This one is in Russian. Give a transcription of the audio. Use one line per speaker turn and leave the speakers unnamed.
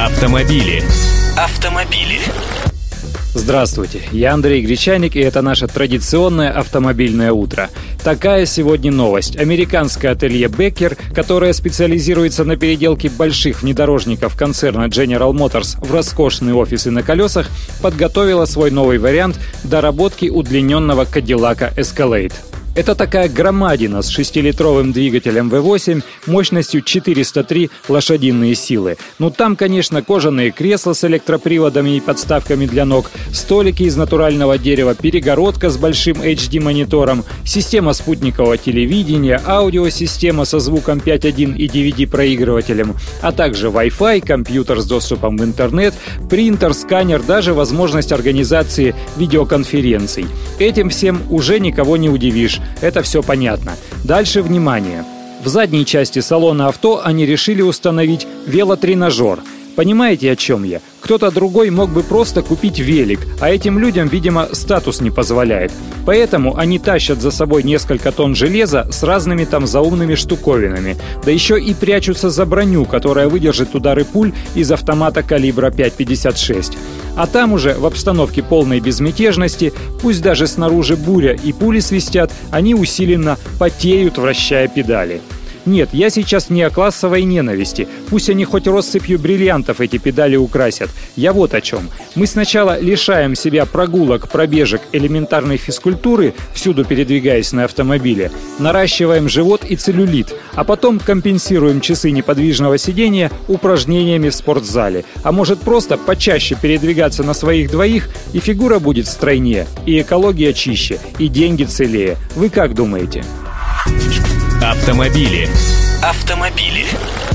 Автомобили.
Здравствуйте, я Андрей Гречаник, и это наше традиционное автомобильное утро. Такая сегодня новость. Американское ателье Becker, которое специализируется на переделке больших внедорожников концерна General Motors в роскошные офисы на колесах, подготовило свой новый вариант доработки удлиненного Cadillac Escalade. Это такая громадина с 6-литровым двигателем V8 мощностью 403 лошадиные силы. Ну там, конечно, кожаные кресла с электроприводами и подставками для ног, столики из натурального дерева, перегородка с большим HD-монитором, система спутникового телевидения, аудиосистема со звуком 5.1 и DVD-проигрывателем, а также Wi-Fi, компьютер с доступом в интернет, принтер, сканер, даже возможность организации видеоконференций. Этим всем уже никого не удивишь. Это все понятно. Дальше внимание. В задней части салона авто они решили установить велотренажер. Понимаете, о чем я? Кто-то другой мог бы просто купить велик, а этим людям, видимо, статус не позволяет. Поэтому они тащат за собой несколько тонн железа с разными там заумными штуковинами. Да еще и прячутся за броню, которая выдержит удары пуль из автомата калибра 5,56. А там уже, в обстановке полной безмятежности, пусть даже снаружи буря и пули свистят, они усиленно потеют, вращая педали. Нет, я сейчас не о классовой ненависти. Пусть они хоть россыпью бриллиантов эти педали украсят. Я вот о чем. Мы сначала лишаем себя прогулок, пробежек, элементарной физкультуры, всюду передвигаясь на автомобиле, наращиваем живот и целлюлит, а потом компенсируем часы неподвижного сидения упражнениями в спортзале. А может просто почаще передвигаться на своих двоих, и фигура будет стройнее, и экология чище, и деньги целее. Вы как думаете?
Автомобили.